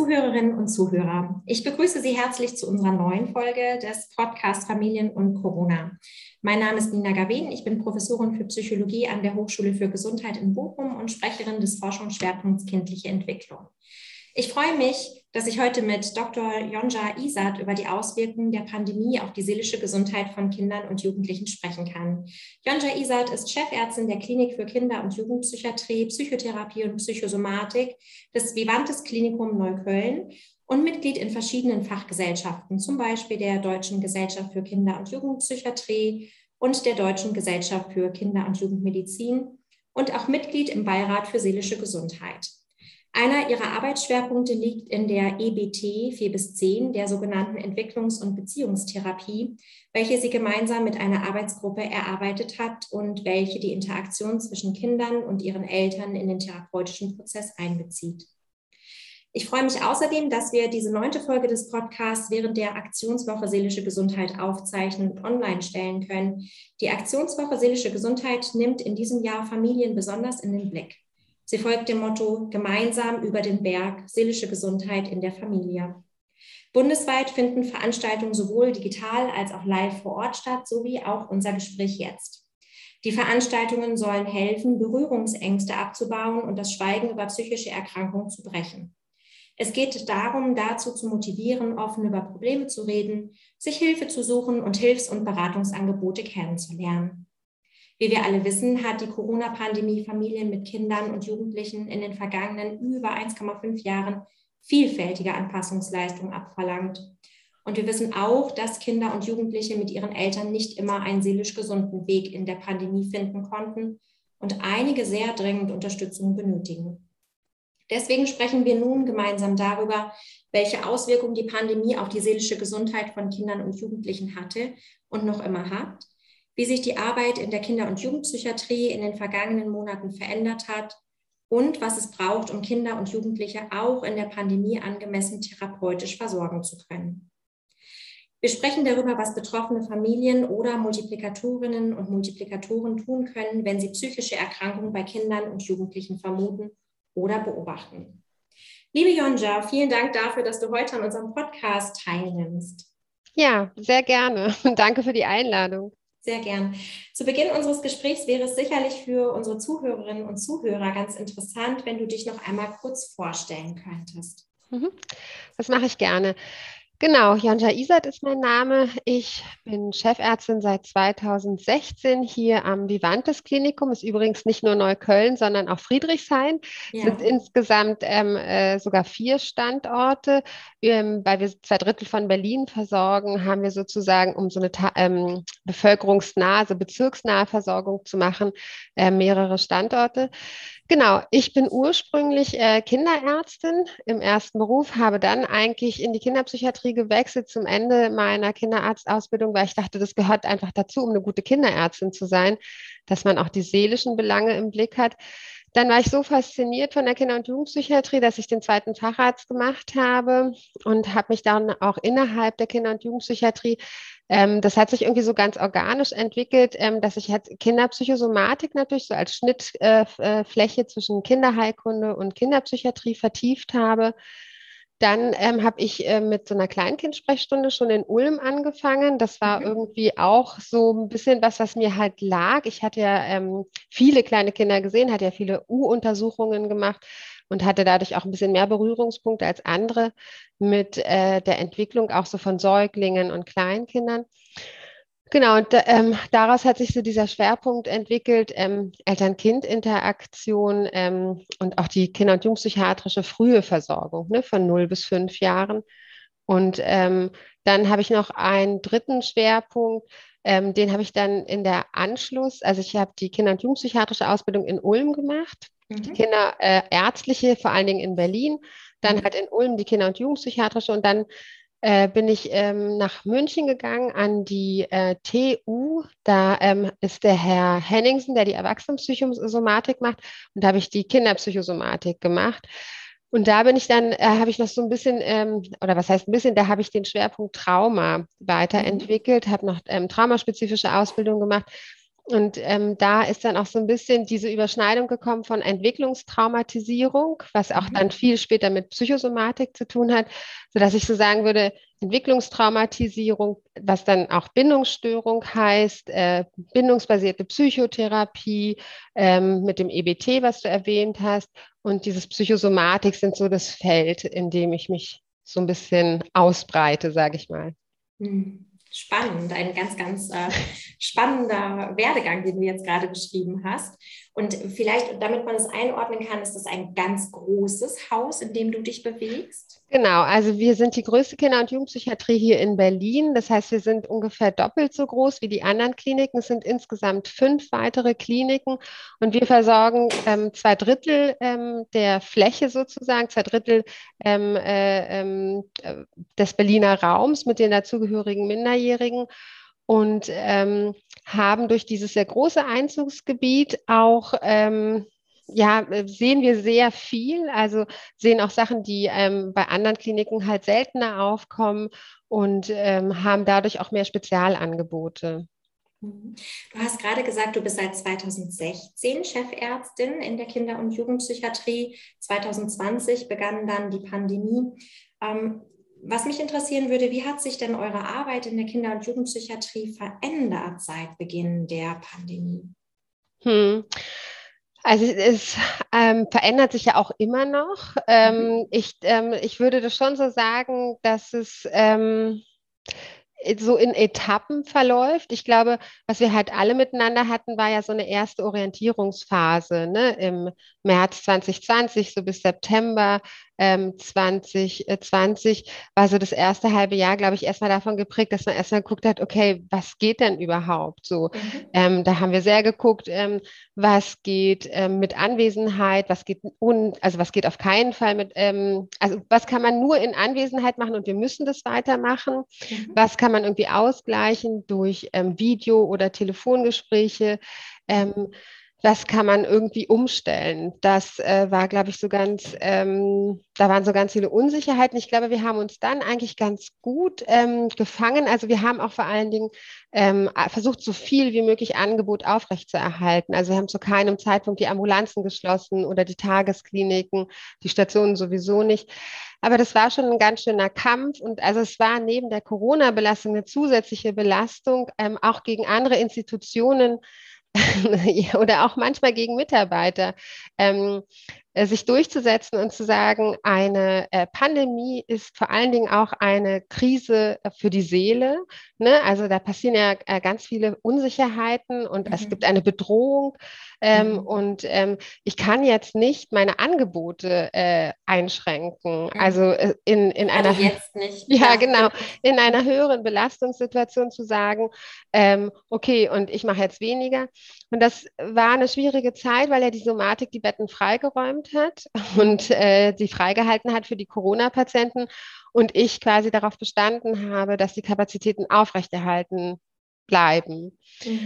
Zuhörerinnen und Zuhörer, ich begrüße Sie herzlich zu unserer neuen Folge des Podcasts Familien und Corona. Mein Name ist Nina Gawin, ich bin Professorin für Psychologie an der Hochschule für Gesundheit in Bochum und Sprecherin des Forschungsschwerpunkts kindliche Entwicklung. Ich freue mich, dass ich heute mit Dr. Yonca Izat über die Auswirkungen der Pandemie auf die seelische Gesundheit von Kindern und Jugendlichen sprechen kann. Yonca Izat ist Chefärztin der Klinik für Kinder- und Jugendpsychiatrie, Psychotherapie und Psychosomatik des Vivantes Klinikum Neukölln und Mitglied in verschiedenen Fachgesellschaften, zum Beispiel der Deutschen Gesellschaft für Kinder- und Jugendpsychiatrie und der Deutschen Gesellschaft für Kinder- und Jugendmedizin und auch Mitglied im Beirat für seelische Gesundheit. Einer ihrer Arbeitsschwerpunkte liegt in der EBT 4-10, der sogenannten Entwicklungs- und Beziehungstherapie, welche sie gemeinsam mit einer Arbeitsgruppe erarbeitet hat und welche die Interaktion zwischen Kindern und ihren Eltern in den therapeutischen Prozess einbezieht. Ich freue mich außerdem, dass wir diese 9. Folge des Podcasts während der Aktionswoche Seelische Gesundheit aufzeichnen und online stellen können. Die Aktionswoche Seelische Gesundheit nimmt in diesem Jahr Familien besonders in den Blick. Sie folgt dem Motto Gemeinsam über den Berg, seelische Gesundheit in der Familie. Bundesweit finden Veranstaltungen sowohl digital als auch live vor Ort statt, sowie auch unser Gespräch jetzt. Die Veranstaltungen sollen helfen, Berührungsängste abzubauen und das Schweigen über psychische Erkrankungen zu brechen. Es geht darum, dazu zu motivieren, offen über Probleme zu reden, sich Hilfe zu suchen und Hilfs- und Beratungsangebote kennenzulernen. Wie wir alle wissen, hat die Corona-Pandemie Familien mit Kindern und Jugendlichen in den vergangenen über 1,5 Jahren vielfältige Anpassungsleistungen abverlangt. Und wir wissen auch, dass Kinder und Jugendliche mit ihren Eltern nicht immer einen seelisch gesunden Weg in der Pandemie finden konnten und einige sehr dringend Unterstützung benötigen. Deswegen sprechen wir nun gemeinsam darüber, welche Auswirkungen die Pandemie auf die seelische Gesundheit von Kindern und Jugendlichen hatte und noch immer hat, wie sich die Arbeit in der Kinder- und Jugendpsychiatrie in den vergangenen Monaten verändert hat und was es braucht, um Kinder und Jugendliche auch in der Pandemie angemessen therapeutisch versorgen zu können. Wir sprechen darüber, was betroffene Familien oder Multiplikatorinnen und Multiplikatoren tun können, wenn sie psychische Erkrankungen bei Kindern und Jugendlichen vermuten oder beobachten. Liebe Yonca, vielen Dank dafür, dass du heute an unserem Podcast teilnimmst. Ja, sehr gerne. Danke für die Einladung. Sehr gern. Zu Beginn unseres Gesprächs wäre es sicherlich für unsere Zuhörerinnen und Zuhörer ganz interessant, wenn du dich noch einmal kurz vorstellen könntest. Das mache ich gerne. Genau, Yonca Izat ist mein Name. Ich bin Chefärztin seit 2016 hier am Vivantes Klinikum. Ist übrigens nicht nur Neukölln, sondern auch Friedrichshain. Es sind insgesamt sogar 4 Standorte. Weil wir 2/3 von Berlin versorgen, haben wir sozusagen, um so eine bevölkerungsnahe, also bezirksnahe Versorgung zu machen, mehrere Standorte. Genau, ich bin ursprünglich Kinderärztin im ersten Beruf, habe dann eigentlich in die Kinderpsychiatrie gewechselt zum Ende meiner Kinderarztausbildung, weil ich dachte, das gehört einfach dazu, um eine gute Kinderärztin zu sein, dass man auch die seelischen Belange im Blick hat. Dann war ich so fasziniert von der Kinder- und Jugendpsychiatrie, dass ich den 2. Facharzt gemacht habe und habe mich dann auch innerhalb der Kinder- und Jugendpsychiatrie, das hat sich irgendwie so ganz organisch entwickelt, dass ich jetzt Kinderpsychosomatik natürlich so als Schnittfläche zwischen Kinderheilkunde und Kinderpsychiatrie vertieft habe. Dann habe ich mit so einer Kleinkindsprechstunde schon in Ulm angefangen. Das war irgendwie auch so ein bisschen was mir halt lag. Ich hatte ja viele kleine Kinder gesehen, hatte ja viele U-Untersuchungen gemacht und hatte dadurch auch ein bisschen mehr Berührungspunkte als andere mit der Entwicklung auch so von Säuglingen und Kleinkindern. Genau, und daraus hat sich so dieser Schwerpunkt entwickelt, Eltern-Kind-Interaktion und auch die kinder- und jugendpsychiatrische frühe Versorgung, ne, von 0 bis 5 Jahren. Und dann habe ich noch einen dritten Schwerpunkt, den habe ich dann in der also ich habe die kinder- und jugendpsychiatrische Ausbildung in Ulm gemacht, die kinderärztliche vor allen Dingen in Berlin, dann halt in Ulm die kinder- und jugendpsychiatrische und dann bin ich nach München gegangen an die TU. Da ist der Herr Henningsen, der die Erwachsenenpsychosomatik macht. Und da habe ich die Kinderpsychosomatik gemacht. Und da bin ich dann, habe ich noch so ein bisschen, oder was heißt ein bisschen, da habe ich den Schwerpunkt Trauma weiterentwickelt, habe noch traumaspezifische Ausbildung gemacht Und da ist dann auch so ein bisschen diese Überschneidung gekommen von Entwicklungstraumatisierung, was auch dann viel später mit Psychosomatik zu tun hat, sodass ich so sagen würde, Entwicklungstraumatisierung, was dann auch Bindungsstörung heißt, bindungsbasierte Psychotherapie mit dem EBT, was du erwähnt hast, und dieses Psychosomatik sind so das Feld, in dem ich mich so ein bisschen ausbreite, sage ich mal. Spannend, ein ganz, ganz spannender Werdegang, den du jetzt gerade beschrieben hast. Und vielleicht, damit man es einordnen kann, ist das ein ganz großes Haus, in dem du dich bewegst? Genau, also wir sind die größte Kinder- und Jugendpsychiatrie hier in Berlin. Das heißt, wir sind ungefähr doppelt so groß wie die anderen Kliniken. Es sind insgesamt 5 weitere Kliniken und wir versorgen 2 Drittel der Fläche sozusagen, 2 Drittel des Berliner Raums mit den dazugehörigen Minderjährigen und haben durch dieses sehr große Einzugsgebiet auch ja, sehen wir sehr viel, also sehen auch Sachen, die bei anderen Kliniken halt seltener aufkommen und haben dadurch auch mehr Spezialangebote. Du hast gerade gesagt, du bist seit 2016 Chefärztin in der Kinder- und Jugendpsychiatrie. 2020 begann dann die Pandemie. Was mich interessieren würde, wie hat sich denn eure Arbeit in der Kinder- und Jugendpsychiatrie verändert seit Beginn der Pandemie? Also es verändert sich ja auch immer noch. Ich würde das schon so sagen, dass es so in Etappen verläuft. Ich glaube, was wir halt alle miteinander hatten, war ja so eine erste Orientierungsphase, ne? Im März 2020, so bis September 2020 war so das erste halbe Jahr, glaube ich, erstmal davon geprägt, dass man erstmal geguckt hat, okay, was geht denn überhaupt so? Da haben wir sehr geguckt, was geht mit Anwesenheit, was geht also was geht auf keinen Fall mit, also was kann man nur in Anwesenheit machen und wir müssen das weitermachen. Was kann man irgendwie ausgleichen durch Video- oder Telefongespräche? Ähm, Was kann man irgendwie umstellen? Das war, glaube ich, so ganz, da waren so ganz viele Unsicherheiten. Ich glaube, wir haben uns dann eigentlich ganz gut gefangen. Also wir haben auch vor allen Dingen versucht, so viel wie möglich Angebot aufrechtzuerhalten. Also wir haben zu keinem Zeitpunkt die Ambulanzen geschlossen oder die Tageskliniken, die Stationen sowieso nicht. Aber das war schon ein ganz schöner Kampf. Und also es war neben der Corona-Belastung eine zusätzliche Belastung, auch gegen andere Institutionen oder auch manchmal gegen Mitarbeiter, ähm, sich durchzusetzen und zu sagen, eine Pandemie ist vor allen Dingen auch eine Krise für die Seele. Ne? Also da passieren ja ganz viele Unsicherheiten und es gibt eine Bedrohung. Und ich kann jetzt nicht meine Angebote einschränken. Also in Gerade einer, jetzt nicht. ja, Ja, genau, genau. in einer höheren Belastungssituation zu sagen, okay, und ich mache jetzt weniger. Und das war eine schwierige Zeit, weil ja die Somatik die Betten freigeräumt hat und die freigehalten hat für die Corona-Patienten und ich quasi darauf bestanden habe, dass die Kapazitäten aufrechterhalten bleiben.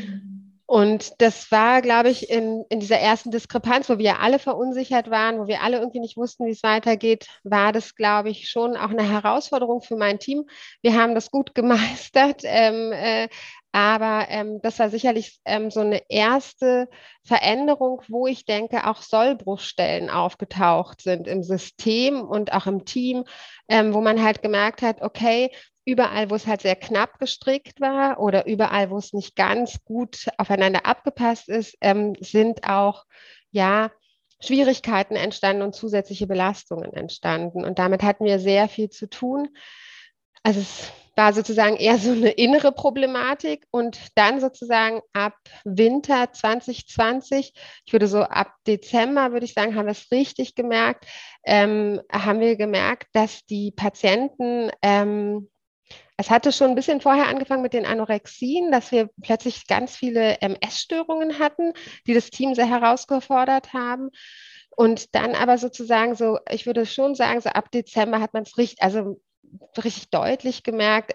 Und das war, glaube ich, in dieser ersten Diskrepanz, wo wir ja alle verunsichert waren, wo wir alle irgendwie nicht wussten, wie es weitergeht, war das, glaube ich, schon auch eine Herausforderung für mein Team. Wir haben das gut gemeistert, aber das war sicherlich so eine erste Veränderung, wo ich denke, auch Sollbruchstellen aufgetaucht sind im System und auch im Team, wo man halt gemerkt hat, okay, überall, wo es halt sehr knapp gestrickt war oder überall, wo es nicht ganz gut aufeinander abgepasst ist, sind auch, ja, Schwierigkeiten entstanden und zusätzliche Belastungen entstanden. Und damit hatten wir sehr viel zu tun. Also es war sozusagen eher so eine innere Problematik und dann sozusagen ab Winter 2020, ich würde so ab Dezember, würde ich sagen, haben wir es richtig gemerkt, haben wir gemerkt, dass die Patienten es hatte schon ein bisschen vorher angefangen mit den Anorexien, dass wir plötzlich ganz viele Essstörungen hatten, die das Team sehr herausgefordert haben. Und dann aber sozusagen so, ich würde schon sagen, so ab Dezember hat man es richtig, also richtig deutlich gemerkt,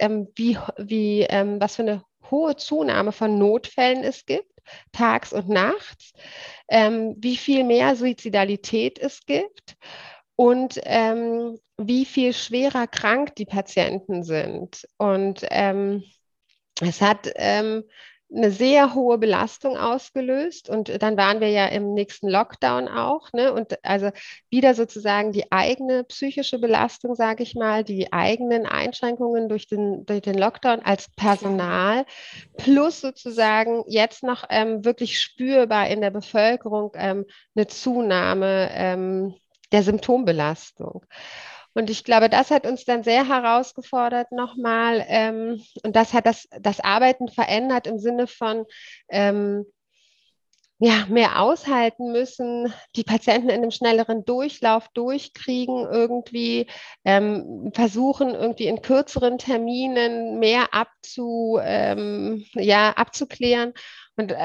was für eine hohe Zunahme von Notfällen es gibt, tags und nachts, wie viel mehr Suizidalität es gibt und wie viel schwerer krank die Patienten sind. Und es hat eine sehr hohe Belastung ausgelöst und dann waren wir ja im nächsten Lockdown auch, ne? Und also wieder sozusagen die eigene psychische Belastung, sage ich mal, die eigenen Einschränkungen durch den Lockdown als Personal, plus sozusagen jetzt noch wirklich spürbar in der Bevölkerung eine Zunahme der Symptombelastung. Und ich glaube, das hat uns dann sehr herausgefordert nochmal. Und das hat das Arbeiten verändert im Sinne von ja, mehr aushalten müssen, die Patienten in einem schnelleren Durchlauf durchkriegen, irgendwie versuchen, irgendwie in kürzeren Terminen mehr ja, abzuklären. Und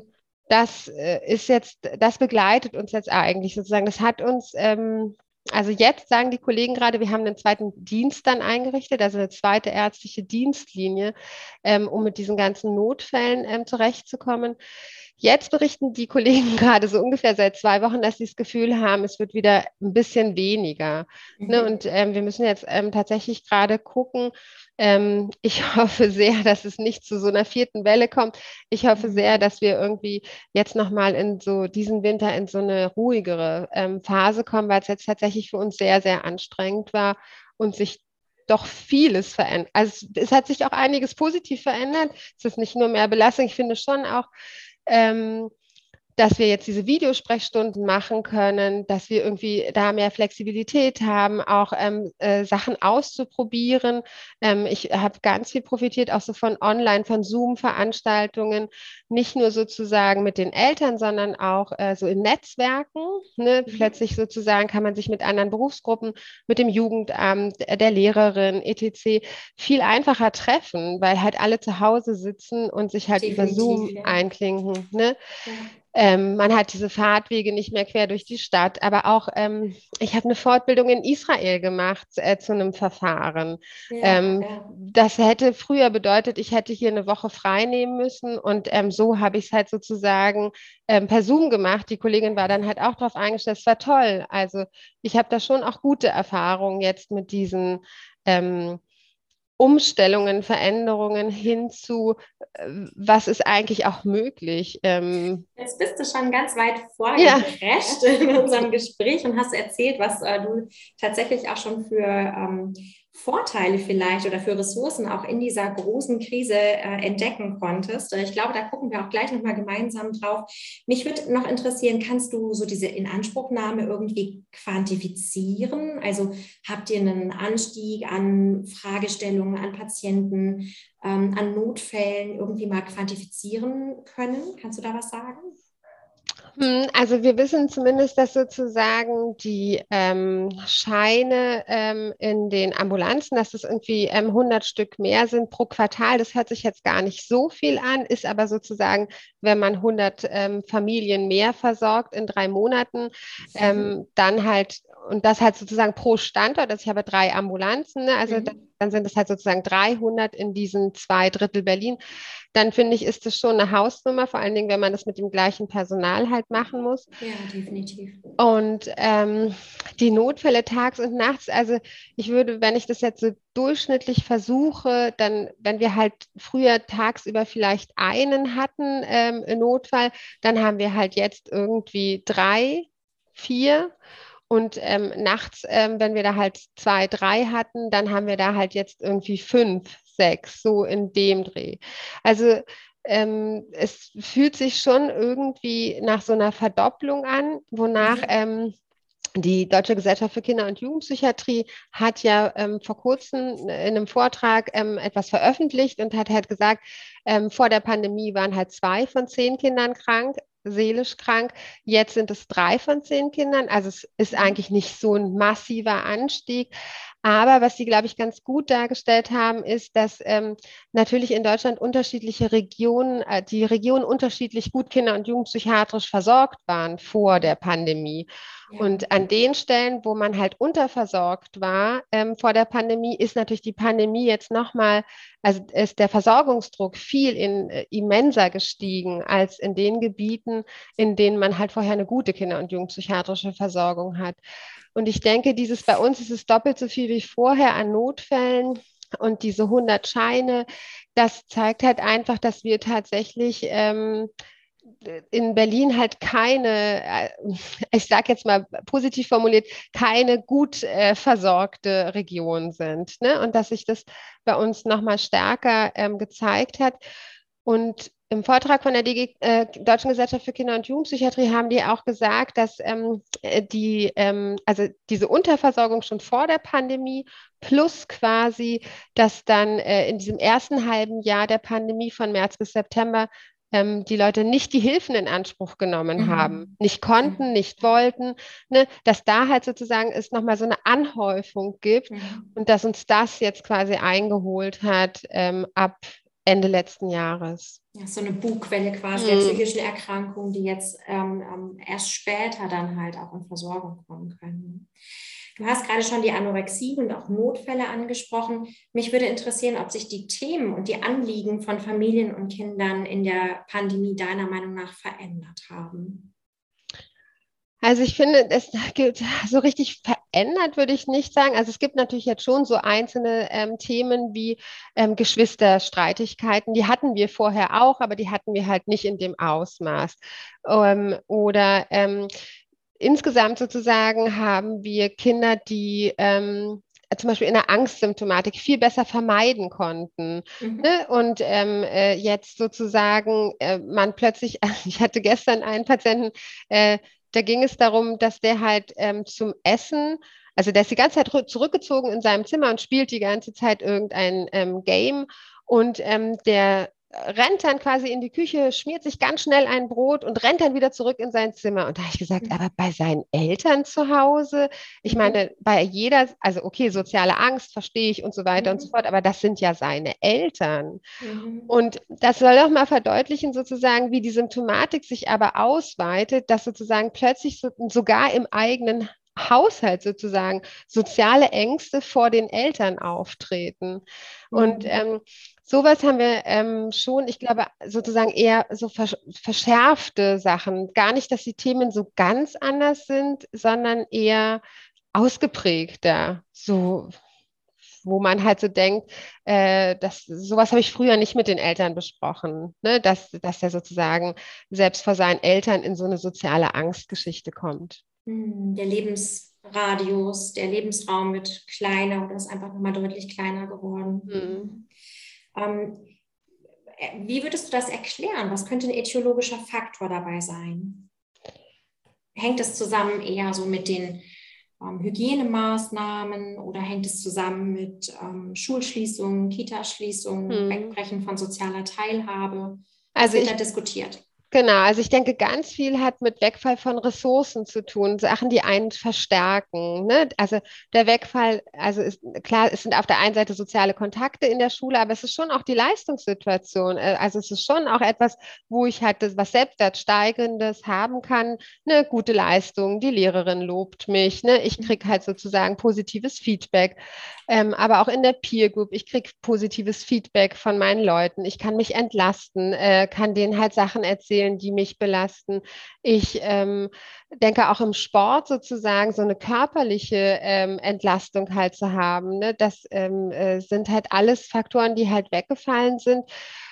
das begleitet uns jetzt eigentlich sozusagen. Das hat uns also jetzt sagen die Kollegen gerade, wir haben einen zweiten Dienst dann eingerichtet, also eine zweite ärztliche Dienstlinie, um mit diesen ganzen Notfällen zurechtzukommen. Jetzt berichten die Kollegen gerade so ungefähr seit 2 Wochen, dass sie das Gefühl haben, es wird wieder ein bisschen weniger. Ne? Und wir müssen jetzt tatsächlich gerade gucken. Ich hoffe sehr, dass es nicht zu so einer vierten Welle kommt. Ich hoffe sehr, dass wir irgendwie jetzt nochmal in so diesen Winter in so eine ruhigere Phase kommen, weil es jetzt tatsächlich für uns sehr, sehr anstrengend war und sich doch vieles verändert. Also es hat sich auch einiges positiv verändert. Es ist nicht nur mehr Belastung. Ich finde schon auch, ähm, dass wir jetzt diese Videosprechstunden machen können, dass wir irgendwie da mehr Flexibilität haben, auch Sachen auszuprobieren. Ich habe ganz viel profitiert, auch so von Online, von Zoom-Veranstaltungen, nicht nur sozusagen mit den Eltern, sondern auch so in Netzwerken. Ne? Plötzlich sozusagen kann man sich mit anderen Berufsgruppen, mit dem Jugendamt, der Lehrerin, etc. viel einfacher treffen, weil halt alle zu Hause sitzen und sich halt über Definitiv, Zoom ja. einklinken. Ne? Ja. Man hat diese Fahrtwege nicht mehr quer durch die Stadt, aber auch ich habe eine Fortbildung in Israel gemacht zu einem Verfahren. Ja, ja. Das hätte früher bedeutet, ich hätte hier eine Woche frei nehmen müssen und so habe ich es halt sozusagen per Zoom gemacht. Die Kollegin war dann halt auch darauf eingestellt, es war toll. Also ich habe da schon auch gute Erfahrungen jetzt mit diesen Umstellungen, Veränderungen hin zu, was ist eigentlich auch möglich. Jetzt bist du schon ganz weit Ja, vorgeprescht in unserem Gespräch und hast erzählt, was du tatsächlich auch schon für Vorteile vielleicht oder für Ressourcen auch in dieser großen Krise entdecken konntest. Ich glaube, da gucken wir auch gleich nochmal gemeinsam drauf. Mich würde noch interessieren, kannst du so diese Inanspruchnahme irgendwie quantifizieren? Also habt ihr einen Anstieg an Fragestellungen, an Patienten, an Notfällen irgendwie mal quantifizieren können? Kannst du da was sagen? Also wir wissen zumindest, dass sozusagen die Scheine in den Ambulanzen, dass es irgendwie 100 Stück mehr sind pro Quartal. Das hört sich jetzt gar nicht so viel an, ist aber sozusagen, wenn man 100 Familien mehr versorgt in 3 Monaten, dann halt, und das halt sozusagen pro Standort, also ich habe 3 Ambulanzen, ne? Also dann sind es halt sozusagen 300 in diesen 2 Drittel Berlin. Dann finde ich, ist das schon eine Hausnummer, vor allen Dingen, wenn man das mit dem gleichen Personal halt machen muss. Ja, definitiv. Und die Notfälle tags und nachts, also ich würde, wenn ich das jetzt so durchschnittlich versuche, dann, wenn wir halt früher tagsüber vielleicht einen hatten im Notfall, dann haben wir halt jetzt irgendwie 3, 4. Und nachts, wenn wir da halt 2, 3 hatten, dann haben wir da halt jetzt irgendwie 5, 6, so in dem Dreh. Also es fühlt sich schon irgendwie nach so einer Verdopplung an, wonach die Deutsche Gesellschaft für Kinder- und Jugendpsychiatrie hat ja vor kurzem in einem Vortrag etwas veröffentlicht und hat halt gesagt, vor der Pandemie waren halt 2 von 10 Kindern krank, seelisch krank. Jetzt sind es 3 von 10 Kindern. Also es ist eigentlich nicht so ein massiver Anstieg. Aber was Sie, glaube ich, ganz gut dargestellt haben, ist, dass natürlich in Deutschland unterschiedliche Regionen, die Regionen unterschiedlich gut kinder- und jugendpsychiatrisch versorgt waren vor der Pandemie. Ja. Und an den Stellen, wo man halt unterversorgt war vor der Pandemie, ist natürlich die Pandemie jetzt nochmal, also ist der Versorgungsdruck viel immenser gestiegen als in den Gebieten, in denen man halt vorher eine gute kinder- und jugendpsychiatrische Versorgung hat. Und ich denke, bei uns ist es doppelt so viel wie vorher an Notfällen. und diese 100 Scheine, das zeigt halt einfach, dass wir tatsächlich in Berlin halt keine, ich sage jetzt mal positiv formuliert, keine gut versorgte Region sind. Ne? Und dass sich das bei uns nochmal stärker gezeigt hat. Und im Vortrag von der Deutschen Gesellschaft für Kinder- und Jugendpsychiatrie haben die auch gesagt, dass also diese Unterversorgung schon vor der Pandemie plus quasi, dass dann in diesem ersten halben Jahr der Pandemie von März bis September die Leute nicht die Hilfen in Anspruch genommen haben, Mhm. nicht Ja. konnten, nicht wollten, ne, dass da halt sozusagen es nochmal so eine Anhäufung gibt Mhm. und dass uns das jetzt quasi eingeholt hat ab Ende letzten Jahres. Ja, so eine Bugwelle quasi der Hm. psychischen Erkrankungen, die jetzt erst später dann halt auch in Versorgung kommen können. Du hast gerade schon die Anorexie und auch Notfälle angesprochen. Mich würde interessieren, ob sich die Themen und die Anliegen von Familien und Kindern in der Pandemie deiner Meinung nach verändert haben. Also ich finde, es gibt so richtig verändert, würde ich nicht sagen. Also es gibt natürlich jetzt schon so einzelne Themen wie Geschwisterstreitigkeiten. Die hatten wir vorher auch, aber die hatten wir halt nicht in dem Ausmaß. Oder insgesamt sozusagen haben wir Kinder, die zum Beispiel in der Angstsymptomatik viel besser vermeiden konnten. Mhm. Ne? Und jetzt sozusagen man plötzlich, ich hatte gestern einen Patienten, da ging es darum, dass der halt zum Essen, also der ist die ganze Zeit zurückgezogen in seinem Zimmer und spielt die ganze Zeit irgendein Game und der rennt dann quasi in die Küche, schmiert sich ganz schnell ein Brot und rennt dann wieder zurück in sein Zimmer. Und da habe ich gesagt, aber bei seinen Eltern zu Hause, ich Mhm. meine, bei jeder, also okay, soziale Angst verstehe ich und so weiter und so Mhm. fort, aber das sind ja seine Eltern. Mhm. Und das soll auch mal verdeutlichen, sozusagen, wie die Symptomatik sich aber ausweitet, dass sozusagen plötzlich sogar im eigenen Haushalt sozusagen soziale Ängste vor den Eltern auftreten. Und Mhm. sowas haben wir schon, ich glaube, sozusagen eher so verschärfte Sachen. Gar nicht, dass die Themen so ganz anders sind, sondern eher ausgeprägter. So, wo man halt so denkt, sowas habe ich früher nicht mit den Eltern besprochen, ne? Dass er sozusagen selbst vor seinen Eltern in so eine soziale Angstgeschichte kommt. Der Lebensradius, der Lebensraum wird kleiner oder ist einfach nochmal deutlich kleiner Hm. geworden. Ähm, Wie würdest du das erklären? Was könnte ein etiologischer Faktor dabei sein? Hängt es zusammen eher so mit den Hygienemaßnahmen oder hängt es zusammen mit Schulschließungen, Kitaschließungen, Hm. Wegbrechen von sozialer Teilhabe? Was Also wird da ich diskutiert? Genau, also ich denke, ganz viel hat mit Wegfall von Ressourcen zu tun, Sachen, die einen verstärken. Ne? Also der Wegfall, also ist klar, es sind auf der einen Seite soziale Kontakte in der Schule, aber es ist schon auch die Leistungssituation. Also es ist schon auch etwas, wo ich halt was Selbstwertsteigerndes haben kann. Eine gute Leistung, die Lehrerin lobt mich, ne? Ich kriege halt sozusagen positives Feedback. Aber auch in der Peer Group, ich kriege positives Feedback von meinen Leuten. Ich kann mich entlasten, kann denen halt Sachen erzählen, die mich belasten. Ich denke auch im Sport sozusagen so eine körperliche Entlastung halt zu haben. Ne? Das sind halt alles Faktoren, die halt weggefallen sind.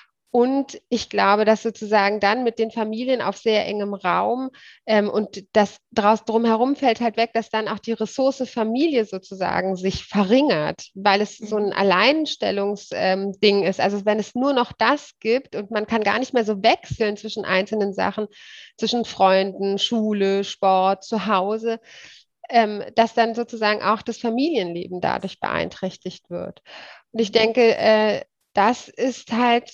Und ich glaube, dass sozusagen dann mit den Familien auf sehr engem Raum und das drumherum fällt halt weg, dass dann auch die Ressource Familie sozusagen sich verringert, weil es so ein Mhm. Alleinstellungsding ist. Also wenn es nur noch das gibt und man kann gar nicht mehr so wechseln zwischen einzelnen Sachen, zwischen Freunden, Schule, Sport, zu Hause, dass dann sozusagen auch das Familienleben dadurch beeinträchtigt wird. Und ich Mhm. denke, das ist halt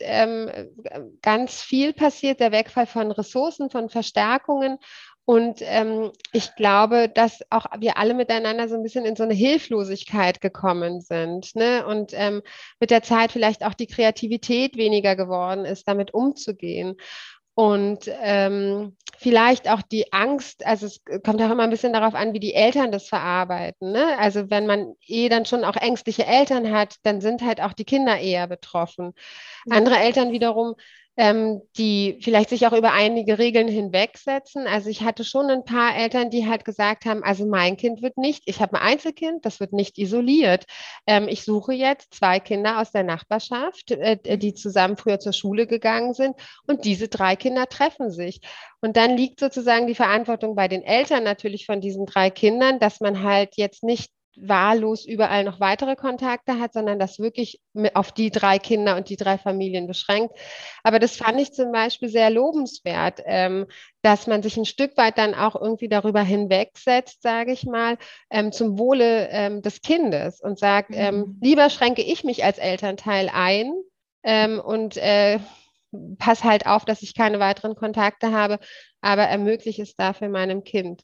ganz viel passiert, der Wegfall von Ressourcen, von Verstärkungen. Und ich glaube, dass auch wir alle miteinander so ein bisschen in so eine Hilflosigkeit gekommen sind, ne? Und mit der Zeit vielleicht auch die Kreativität weniger geworden ist, damit umzugehen. Und vielleicht auch die Angst, also es kommt auch immer ein bisschen darauf an, wie die Eltern das verarbeiten. Ne? Also wenn man dann schon auch ängstliche Eltern hat, dann sind halt auch die Kinder eher betroffen. Andere Mhm. Eltern wiederum die vielleicht sich auch über einige Regeln hinwegsetzen. Also ich hatte schon ein paar Eltern, die halt gesagt haben, also mein Kind wird nicht, ich habe ein Einzelkind, das wird nicht isoliert. Ich suche jetzt 2 Kinder aus der Nachbarschaft, die zusammen früher zur Schule gegangen sind, und diese 3 Kinder treffen sich. Und dann liegt sozusagen die Verantwortung bei den Eltern natürlich von diesen 3 Kindern, dass man halt jetzt nicht wahllos überall noch weitere Kontakte hat, sondern das wirklich auf die 3 Kinder und die 3 Familien beschränkt. Aber das fand ich zum Beispiel sehr lobenswert, dass man sich ein Stück weit dann auch irgendwie darüber hinwegsetzt, sage ich mal, zum Wohle des Kindes und sagt, lieber schränke ich mich als Elternteil ein und pass halt auf, dass ich keine weiteren Kontakte habe, aber ermögliche es dafür meinem Kind.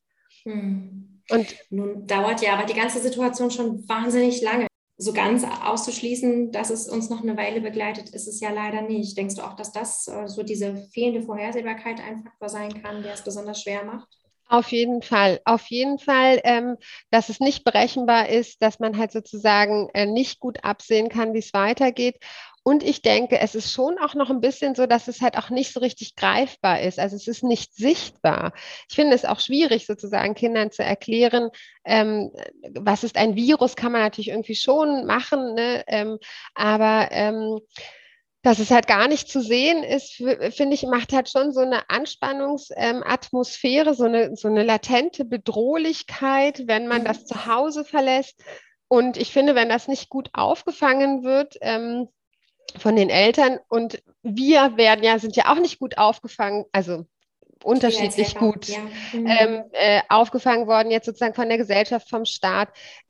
Und nun dauert ja aber die ganze Situation schon wahnsinnig lange. So ganz auszuschließen, dass es uns noch eine Weile begleitet, ist es ja leider nicht. Denkst du auch, dass das so diese fehlende Vorhersehbarkeit ein Faktor sein kann, der es besonders schwer macht? Auf jeden Fall, dass es nicht berechenbar ist, dass man halt sozusagen nicht gut absehen kann, wie es weitergeht. Und ich denke, es ist schon auch noch ein bisschen so, dass es halt auch nicht so richtig greifbar ist. Also es ist nicht sichtbar. Ich finde es auch schwierig, sozusagen Kindern zu erklären, was ist ein Virus, kann man natürlich irgendwie schon machen, ne? Aber dass es halt gar nicht zu sehen ist, finde ich, macht halt schon so eine Anspannungsatmosphäre, so eine latente Bedrohlichkeit, wenn man das Zuhause verlässt. Und ich finde, wenn das nicht gut aufgefangen wird, von den Eltern, und wir sind ja auch nicht gut aufgefangen, also unterschiedlich gut Ja. aufgefangen worden, jetzt sozusagen von der Gesellschaft, vom Staat,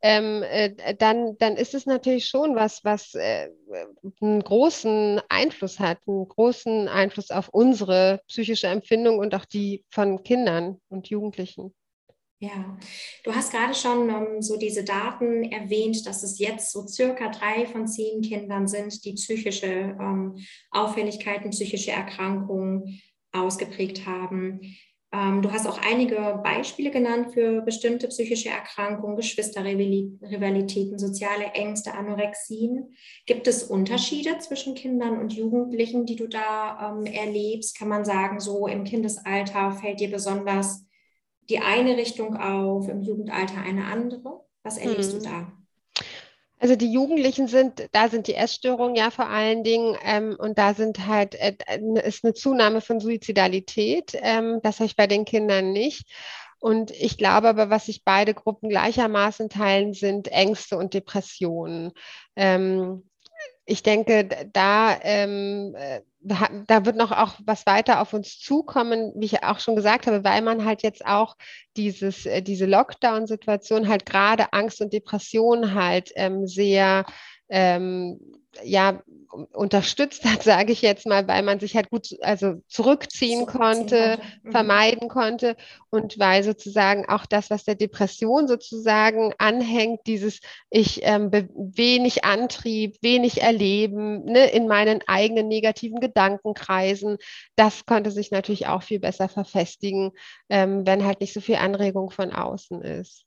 dann ist es natürlich schon was einen großen Einfluss hat, einen großen Einfluss auf unsere psychische Empfindung und auch die von Kindern und Jugendlichen. Ja, du hast gerade schon so diese Daten erwähnt, dass es jetzt so circa 3 von 10 Kindern sind, die psychische Auffälligkeiten, psychische Erkrankungen ausgeprägt haben. Du hast auch einige Beispiele genannt für bestimmte psychische Erkrankungen, Geschwisterrivalitäten, soziale Ängste, Anorexien. Gibt es Unterschiede zwischen Kindern und Jugendlichen, die du da erlebst? Kann man sagen, so im Kindesalter fällt dir besonders die eine Richtung auf, im Jugendalter eine andere? Was erlebst du da? Also die Jugendlichen da sind die Essstörungen ja vor allen Dingen, und da sind halt, ist eine Zunahme von Suizidalität. Das habe ich bei den Kindern nicht. Und ich glaube aber, was sich beide Gruppen gleichermaßen teilen, sind Ängste und Depressionen. Ich denke, da wird noch auch was weiter auf uns zukommen, wie ich auch schon gesagt habe, weil man halt jetzt auch diese Lockdown-Situation halt gerade Angst und Depression halt sehr ähm, ja, unterstützt hat, sage ich jetzt mal, weil man sich halt gut also zurückziehen konnte, vermeiden konnte, und weil sozusagen auch das, was der Depression sozusagen anhängt, dieses wenig Antrieb, wenig Erleben, ne, in meinen eigenen negativen Gedankenkreisen, das konnte sich natürlich auch viel besser verfestigen, wenn halt nicht so viel Anregung von außen ist.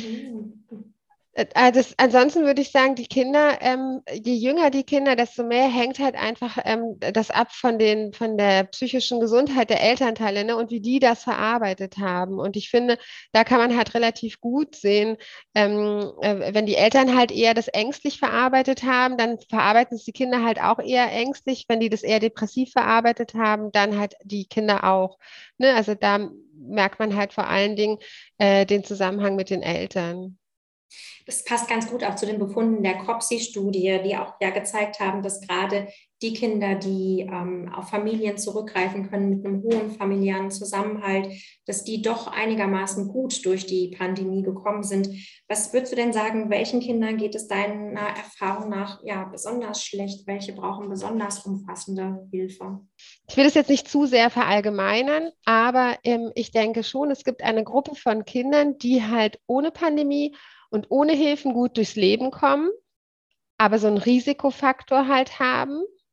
Ansonsten würde ich sagen, die Kinder, je jünger die Kinder, desto mehr hängt halt einfach das ab von der psychischen Gesundheit der Elternteile, ne, und wie die das verarbeitet haben. Und ich finde, da kann man halt relativ gut sehen, wenn die Eltern halt eher das ängstlich verarbeitet haben, dann verarbeiten es die Kinder halt auch eher ängstlich. Wenn die das eher depressiv verarbeitet haben, dann halt die Kinder auch. Ne? Also da merkt man halt vor allen Dingen den Zusammenhang mit den Eltern. Das passt ganz gut auch zu den Befunden der COPSI-Studie, die auch ja gezeigt haben, dass gerade die Kinder, die auf Familien zurückgreifen können mit einem hohen familiären Zusammenhalt, dass die doch einigermaßen gut durch die Pandemie gekommen sind. Was würdest du denn sagen, welchen Kindern geht es deiner Erfahrung nach ja besonders schlecht? Welche brauchen besonders umfassende Hilfe? Ich will das jetzt nicht zu sehr verallgemeinern, aber ich denke schon, es gibt eine Gruppe von Kindern, die halt ohne Pandemie und ohne Hilfen gut durchs Leben kommen, aber so einen Risikofaktor halt haben.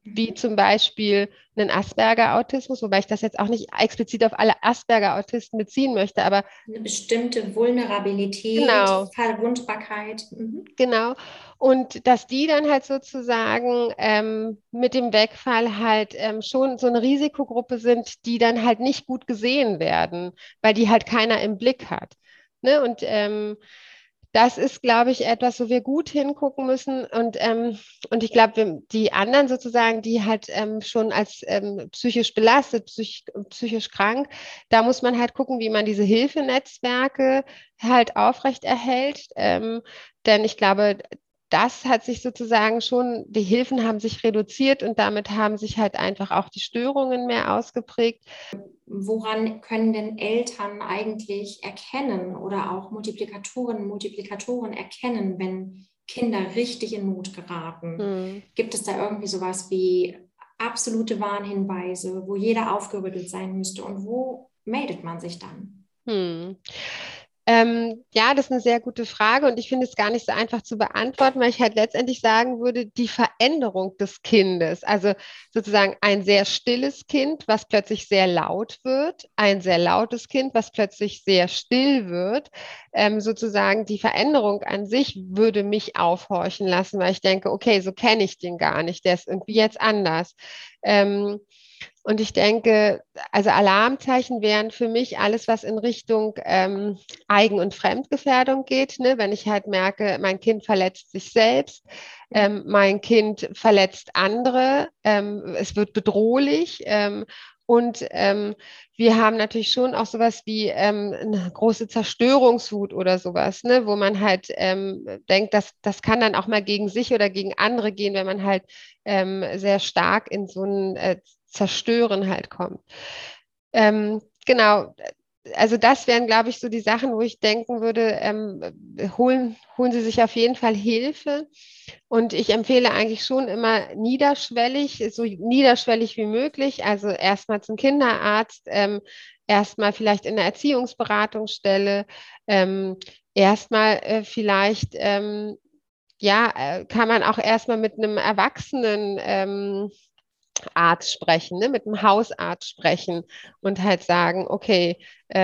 wie zum Beispiel einen Asperger-Autismus, wobei ich das jetzt auch nicht explizit auf alle Asperger-Autisten beziehen möchte, aber eine bestimmte Vulnerabilität, genau, Verwundbarkeit. genau. Und dass die dann halt sozusagen mit dem Wegfall halt schon so eine Risikogruppe sind, die dann halt nicht gut gesehen werden, weil die halt keiner im Blick hat. Ne? Und das ist, glaube ich, etwas, wo wir gut hingucken müssen. Und ich glaube, die anderen sozusagen, die halt schon als psychisch belastet, psychisch krank, da muss man halt gucken, wie man diese Hilfenetzwerke halt aufrechterhält. Denn ich glaube, das hat sich sozusagen schon, die Hilfen haben sich reduziert und damit haben sich halt einfach auch die Störungen mehr ausgeprägt. Woran können denn Eltern eigentlich erkennen oder auch Multiplikatoren erkennen, wenn Kinder richtig in Not geraten? Hm. Gibt es da irgendwie sowas wie absolute Warnhinweise, wo jeder aufgerüttelt sein müsste und wo meldet man sich dann? Hm. Ja, das ist eine sehr gute Frage und ich finde es gar nicht so einfach zu beantworten, weil ich halt letztendlich sagen würde, die Veränderung des Kindes, also sozusagen ein sehr stilles Kind, was plötzlich sehr laut wird, ein sehr lautes Kind, was plötzlich sehr still wird, sozusagen die Veränderung an sich würde mich aufhorchen lassen, weil ich denke, okay, so kenne ich den gar nicht, der ist irgendwie jetzt anders. Ähm, und ich denke, also Alarmzeichen wären für mich alles, was in Richtung Eigen- und Fremdgefährdung geht. Ne? Wenn ich halt merke, mein Kind verletzt sich selbst, mein Kind verletzt andere, es wird bedrohlich. Und wir haben natürlich schon auch sowas wie eine große Zerstörungswut oder sowas, ne? Wo man halt denkt, das kann dann auch mal gegen sich oder gegen andere gehen, wenn man halt sehr stark in so ein Zerstören halt kommt. Genau, also das wären, glaube ich, so die Sachen, wo ich denken würde, holen Sie sich auf jeden Fall Hilfe. Und ich empfehle eigentlich schon immer niederschwellig, so niederschwellig wie möglich. Also erstmal zum Kinderarzt, erstmal vielleicht in der Erziehungsberatungsstelle, erstmal vielleicht, ja, kann man auch erstmal mit einem Erwachsenen Arzt sprechen, ne, mit einem Hausarzt sprechen und halt sagen, okay,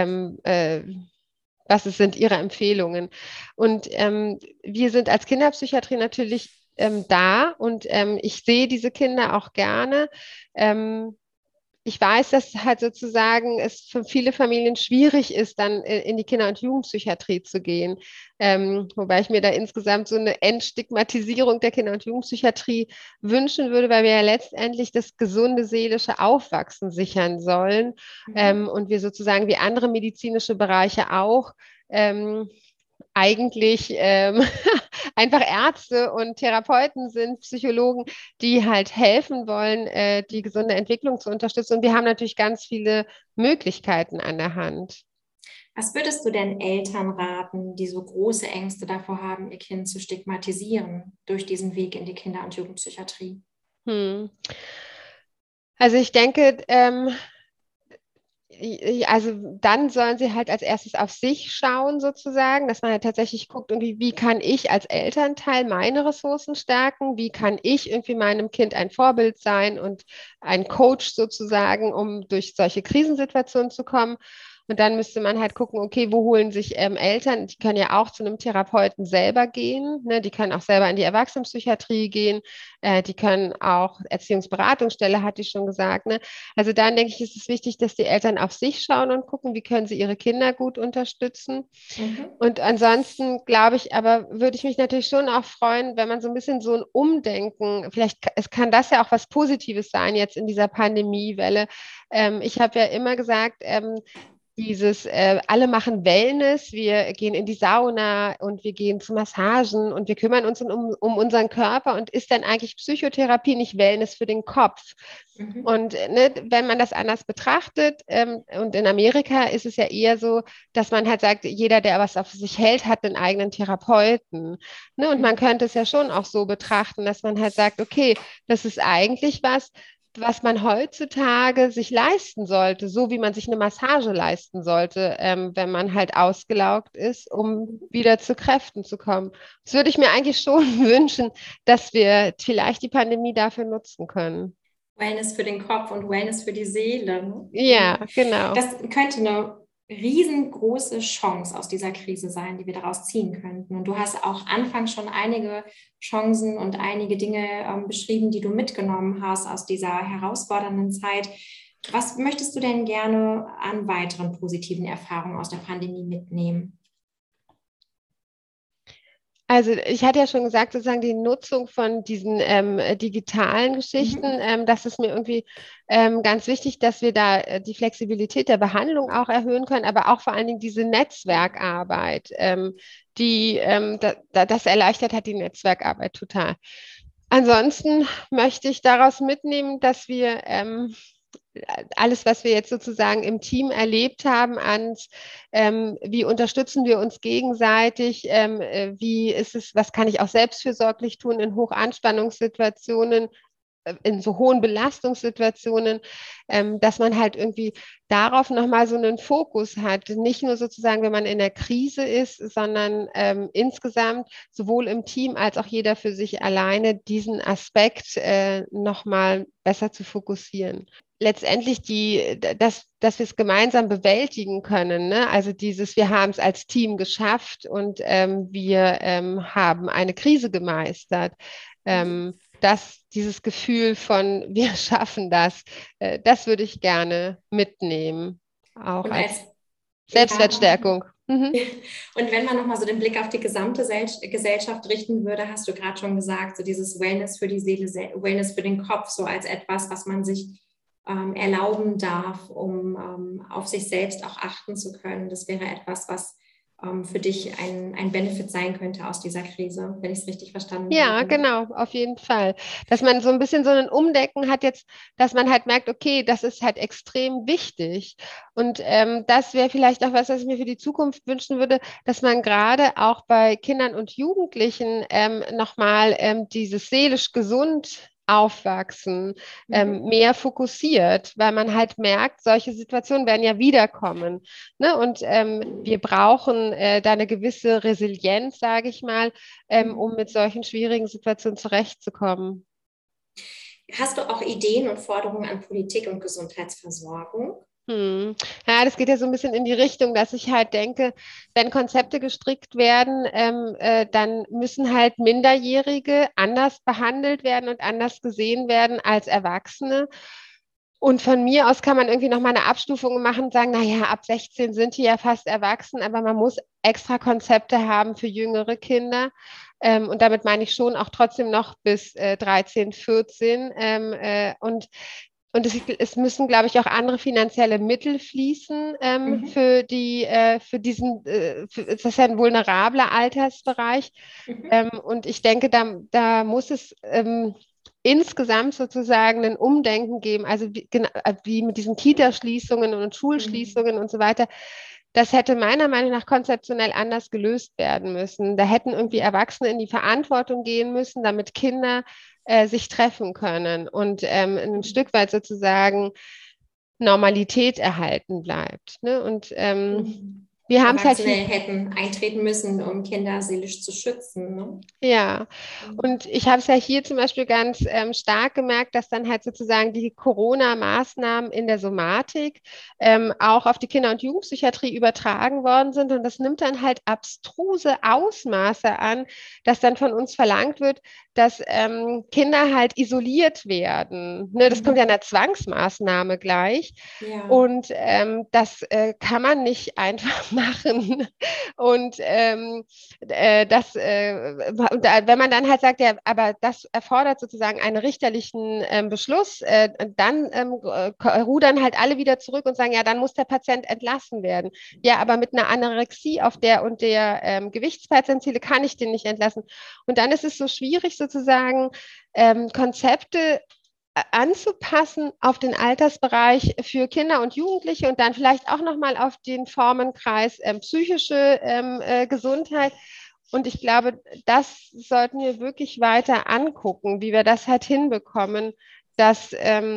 sind Ihre Empfehlungen? Und wir sind als Kinderpsychiatrie natürlich da und ich sehe diese Kinder auch gerne. Ähm, Ich weiß, dass halt sozusagen es für viele Familien schwierig ist, dann in die Kinder- und Jugendpsychiatrie zu gehen. Wobei ich mir da insgesamt so eine Entstigmatisierung der Kinder- und Jugendpsychiatrie wünschen würde, weil wir ja letztendlich das gesunde seelische Aufwachsen sichern sollen. Und wir sozusagen wie andere medizinische Bereiche auch ähm, eigentlich einfach Ärzte und Therapeuten sind, Psychologen, die halt helfen wollen, die gesunde Entwicklung zu unterstützen. Und wir haben natürlich ganz viele Möglichkeiten an der Hand. Was würdest du denn Eltern raten, die so große Ängste davor haben, ihr Kind zu stigmatisieren durch diesen Weg in die Kinder- und Jugendpsychiatrie? Hm. Also ich denke, also dann sollen sie halt als erstes auf sich schauen, sozusagen, dass man halt tatsächlich guckt, irgendwie, wie kann ich als Elternteil meine Ressourcen stärken, wie kann ich irgendwie meinem Kind ein Vorbild sein und ein Coach sozusagen, um durch solche Krisensituationen zu kommen. Und dann müsste man halt gucken, okay, wo holen sich Eltern, die können ja auch zu einem Therapeuten selber gehen, ne? Die können auch selber in die Erwachsenenpsychiatrie gehen, die können auch, Erziehungsberatungsstelle, hatte ich schon gesagt, ne? Also dann denke ich, ist es wichtig, dass die Eltern auf sich schauen und gucken, wie können sie ihre Kinder gut unterstützen. Mhm. Und ansonsten glaube ich, aber würde ich mich natürlich schon auch freuen, wenn man so ein bisschen so ein Umdenken, vielleicht es kann das ja auch was Positives sein jetzt in dieser Pandemiewelle. Ich habe ja immer gesagt, alle machen Wellness, wir gehen in die Sauna und wir gehen zu Massagen und wir kümmern uns um unseren Körper und ist dann eigentlich Psychotherapie nicht Wellness für den Kopf? Mhm. Und ne, wenn man das anders betrachtet, und in Amerika ist es ja eher so, dass man halt sagt, jeder, der was auf sich hält, hat einen eigenen Therapeuten. Ne? Und man Mhm. könnte es ja schon auch so betrachten, dass man halt sagt, okay, das ist eigentlich was, was man heutzutage sich leisten sollte, so wie man sich eine Massage leisten sollte, wenn man halt ausgelaugt ist, um wieder zu Kräften zu kommen. Das würde ich mir eigentlich schon wünschen, dass wir vielleicht die Pandemie dafür nutzen können. Wellness für den Kopf und Wellness für die Seele. Ne? Ja, genau. Das könnte eine riesengroße Chance aus dieser Krise sein, die wir daraus ziehen könnten. Und du hast auch anfangs schon einige Chancen und einige Dinge beschrieben, die du mitgenommen hast aus dieser herausfordernden Zeit. Was möchtest du denn gerne an weiteren positiven Erfahrungen aus der Pandemie mitnehmen? Also ich hatte ja schon gesagt, sozusagen die Nutzung von diesen digitalen Geschichten, das ist mir irgendwie ganz wichtig, dass wir da die Flexibilität der Behandlung auch erhöhen können, aber auch vor allen Dingen diese Netzwerkarbeit, das erleichtert hat die Netzwerkarbeit total. Ansonsten möchte ich daraus mitnehmen, dass wir alles, was wir jetzt sozusagen im Team erlebt haben, wie unterstützen wir uns gegenseitig, wie ist es, was kann ich auch selbstfürsorglich tun in Hochanspannungssituationen, in so hohen Belastungssituationen, dass man halt irgendwie darauf nochmal so einen Fokus hat. Nicht nur sozusagen, wenn man in der Krise ist, sondern insgesamt sowohl im Team als auch jeder für sich alleine diesen Aspekt nochmal besser zu fokussieren. Letztendlich dass wir es gemeinsam bewältigen können. Ne? Also wir haben es als Team geschafft und wir haben eine Krise gemeistert. Dieses Gefühl von, wir schaffen das, das würde ich gerne mitnehmen, auch Und als ja, Selbstwertstärkung. Mhm. und wenn man nochmal so den Blick auf die gesamte Gesellschaft richten würde, hast du gerade schon gesagt, so dieses Wellness für die Seele, Wellness für den Kopf, so als etwas, was man sich erlauben darf, um auf sich selbst auch achten zu können. Das wäre etwas, was für dich ein Benefit sein könnte aus dieser Krise, wenn ich es richtig verstanden Ja, habe. genau, auf jeden Fall. Dass man so ein bisschen so ein Umdenken hat jetzt, dass man halt merkt, okay, das ist halt extrem wichtig. Und das wäre vielleicht auch was ich mir für die Zukunft wünschen würde, dass man gerade auch bei Kindern und Jugendlichen nochmal dieses seelisch gesund aufwachsen, mehr fokussiert, weil man halt merkt, solche Situationen werden ja wiederkommen. Ne? Und wir brauchen da eine gewisse Resilienz, sage ich mal, um mit solchen schwierigen Situationen zurechtzukommen. Hast du auch Ideen und Forderungen an Politik und Gesundheitsversorgung? Ja, das geht ja so ein bisschen in die Richtung, dass ich halt denke, wenn Konzepte gestrickt werden, dann müssen halt Minderjährige anders behandelt werden und anders gesehen werden als Erwachsene. Und von mir aus kann man irgendwie noch mal eine Abstufung machen und sagen, naja, ab 16 sind die ja fast erwachsen, aber man muss extra Konzepte haben für jüngere Kinder. Und damit meine ich schon auch trotzdem noch bis 13, 14. Es müssen, glaube ich, auch andere finanzielle Mittel fließen das ist ja ein vulnerabler Altersbereich. Mhm. Und ich denke, da muss es insgesamt sozusagen ein Umdenken geben, also wie mit diesen Kita-Schließungen und Mhm. Schulschließungen und so weiter. Das hätte meiner Meinung nach konzeptionell anders gelöst werden müssen. Da hätten irgendwie Erwachsene in die Verantwortung gehen müssen, damit Kinder sich treffen können und ein Stück weit sozusagen Normalität erhalten bleibt. Ne? Und Mhm. wir haben es halt Erwachsene hier. hätten eintreten müssen, um Kinder seelisch zu schützen. Ne? Ja, Mhm. und ich habe es ja hier zum Beispiel ganz stark gemerkt, dass dann halt sozusagen die Corona-Maßnahmen in der Somatik auch auf die Kinder- und Jugendpsychiatrie übertragen worden sind. Und das nimmt dann halt abstruse Ausmaße an, dass dann von uns verlangt wird, dass Kinder halt isoliert werden. Ne, das kommt ja Mhm. einer Zwangsmaßnahme gleich. Ja. Und das kann man nicht einfach machen. Und wenn man dann halt sagt, ja, aber das erfordert sozusagen einen richterlichen Beschluss, dann rudern halt alle wieder zurück und sagen, ja, dann muss der Patient entlassen werden. Ja, aber mit einer Anorexie auf der und der Gewichtsperzentile kann ich den nicht entlassen. Und dann ist es so schwierig, sozusagen Konzepte anzupassen auf den Altersbereich für Kinder und Jugendliche und dann vielleicht auch nochmal auf den Formenkreis psychische Gesundheit. Und ich glaube, das sollten wir wirklich weiter angucken, wie wir das halt hinbekommen, dass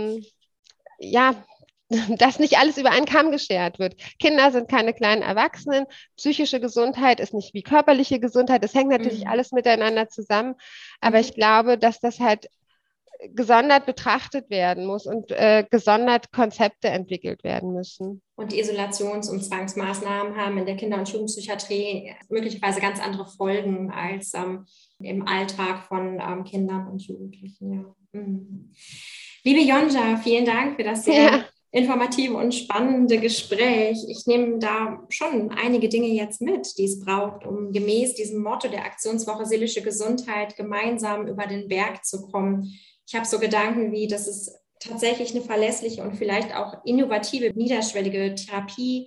dass nicht alles über einen Kamm geschert wird. Kinder sind keine kleinen Erwachsenen. Psychische Gesundheit ist nicht wie körperliche Gesundheit. Das hängt natürlich alles miteinander zusammen. Aber ich glaube, dass das halt gesondert betrachtet werden muss und gesondert Konzepte entwickelt werden müssen. Und die Isolations- und Zwangsmaßnahmen haben in der Kinder- und Jugendpsychiatrie möglicherweise ganz andere Folgen als im Alltag von Kindern und Jugendlichen. Ja. Liebe Yonca, vielen Dank für das sehr informative und spannende Gespräch. Ich nehme da schon einige Dinge jetzt mit, die es braucht, um gemäß diesem Motto der Aktionswoche Seelische Gesundheit gemeinsam über den Berg zu kommen. Ich habe so Gedanken wie, dass es tatsächlich eine verlässliche und vielleicht auch innovative, niederschwellige Therapie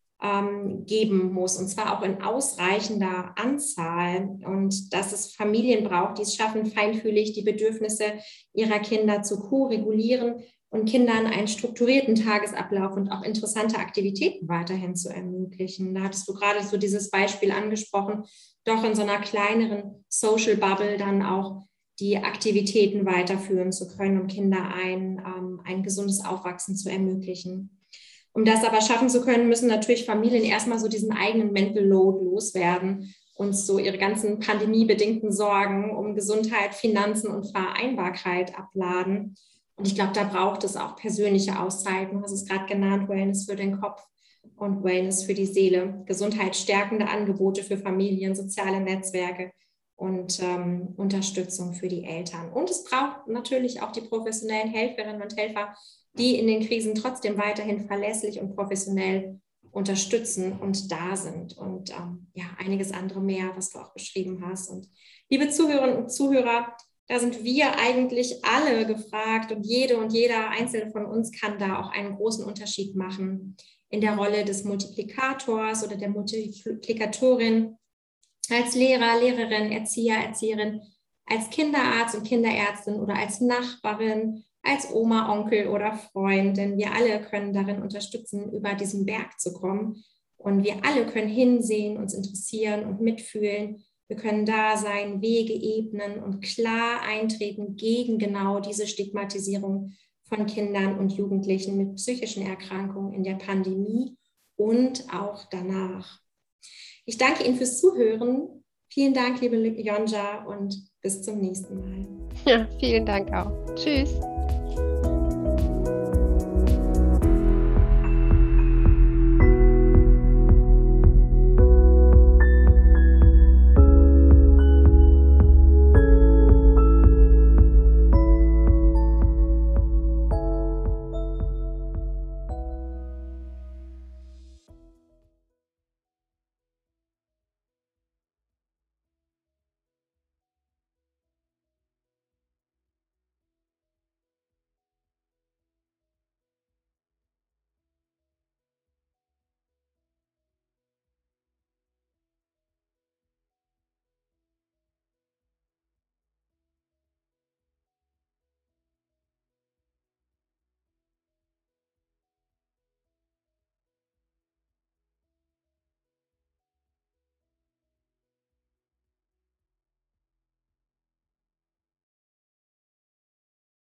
geben muss, und zwar auch in ausreichender Anzahl, und dass es Familien braucht, die es schaffen, feinfühlig die Bedürfnisse ihrer Kinder zu ko-regulieren und Kindern einen strukturierten Tagesablauf und auch interessante Aktivitäten weiterhin zu ermöglichen. Da hattest du gerade so dieses Beispiel angesprochen, doch in so einer kleineren Social Bubble dann auch die Aktivitäten weiterführen zu können, um Kinder ein gesundes Aufwachsen zu ermöglichen. Um das aber schaffen zu können, müssen natürlich Familien erstmal so diesen eigenen Mental Load loswerden und so ihre ganzen pandemiebedingten Sorgen um Gesundheit, Finanzen und Vereinbarkeit abladen. Und ich glaube, da braucht es auch persönliche Auszeiten. Du hast es gerade genannt, Wellness für den Kopf und Wellness für die Seele, gesundheitsstärkende Angebote für Familien, soziale Netzwerke und Unterstützung für die Eltern. Und es braucht natürlich auch die professionellen Helferinnen und Helfer, die in den Krisen trotzdem weiterhin verlässlich und professionell unterstützen und da sind. Und einiges andere mehr, was du auch beschrieben hast. Und liebe Zuhörerinnen und Zuhörer, da sind wir eigentlich alle gefragt, und jede und jeder Einzelne von uns kann da auch einen großen Unterschied machen in der Rolle des Multiplikators oder der Multiplikatorin, als Lehrer, Lehrerin, Erzieher, Erzieherin, als Kinderarzt und Kinderärztin oder als Nachbarin, als Oma, Onkel oder Freund, denn wir alle können darin unterstützen, über diesen Berg zu kommen, und wir alle können hinsehen, uns interessieren und mitfühlen. Wir können da sein, Wege ebnen und klar eintreten gegen genau diese Stigmatisierung von Kindern und Jugendlichen mit psychischen Erkrankungen in der Pandemie und auch danach. Ich danke Ihnen fürs Zuhören. Vielen Dank, liebe Yonca, und bis zum nächsten Mal. Ja, vielen Dank auch. Tschüss.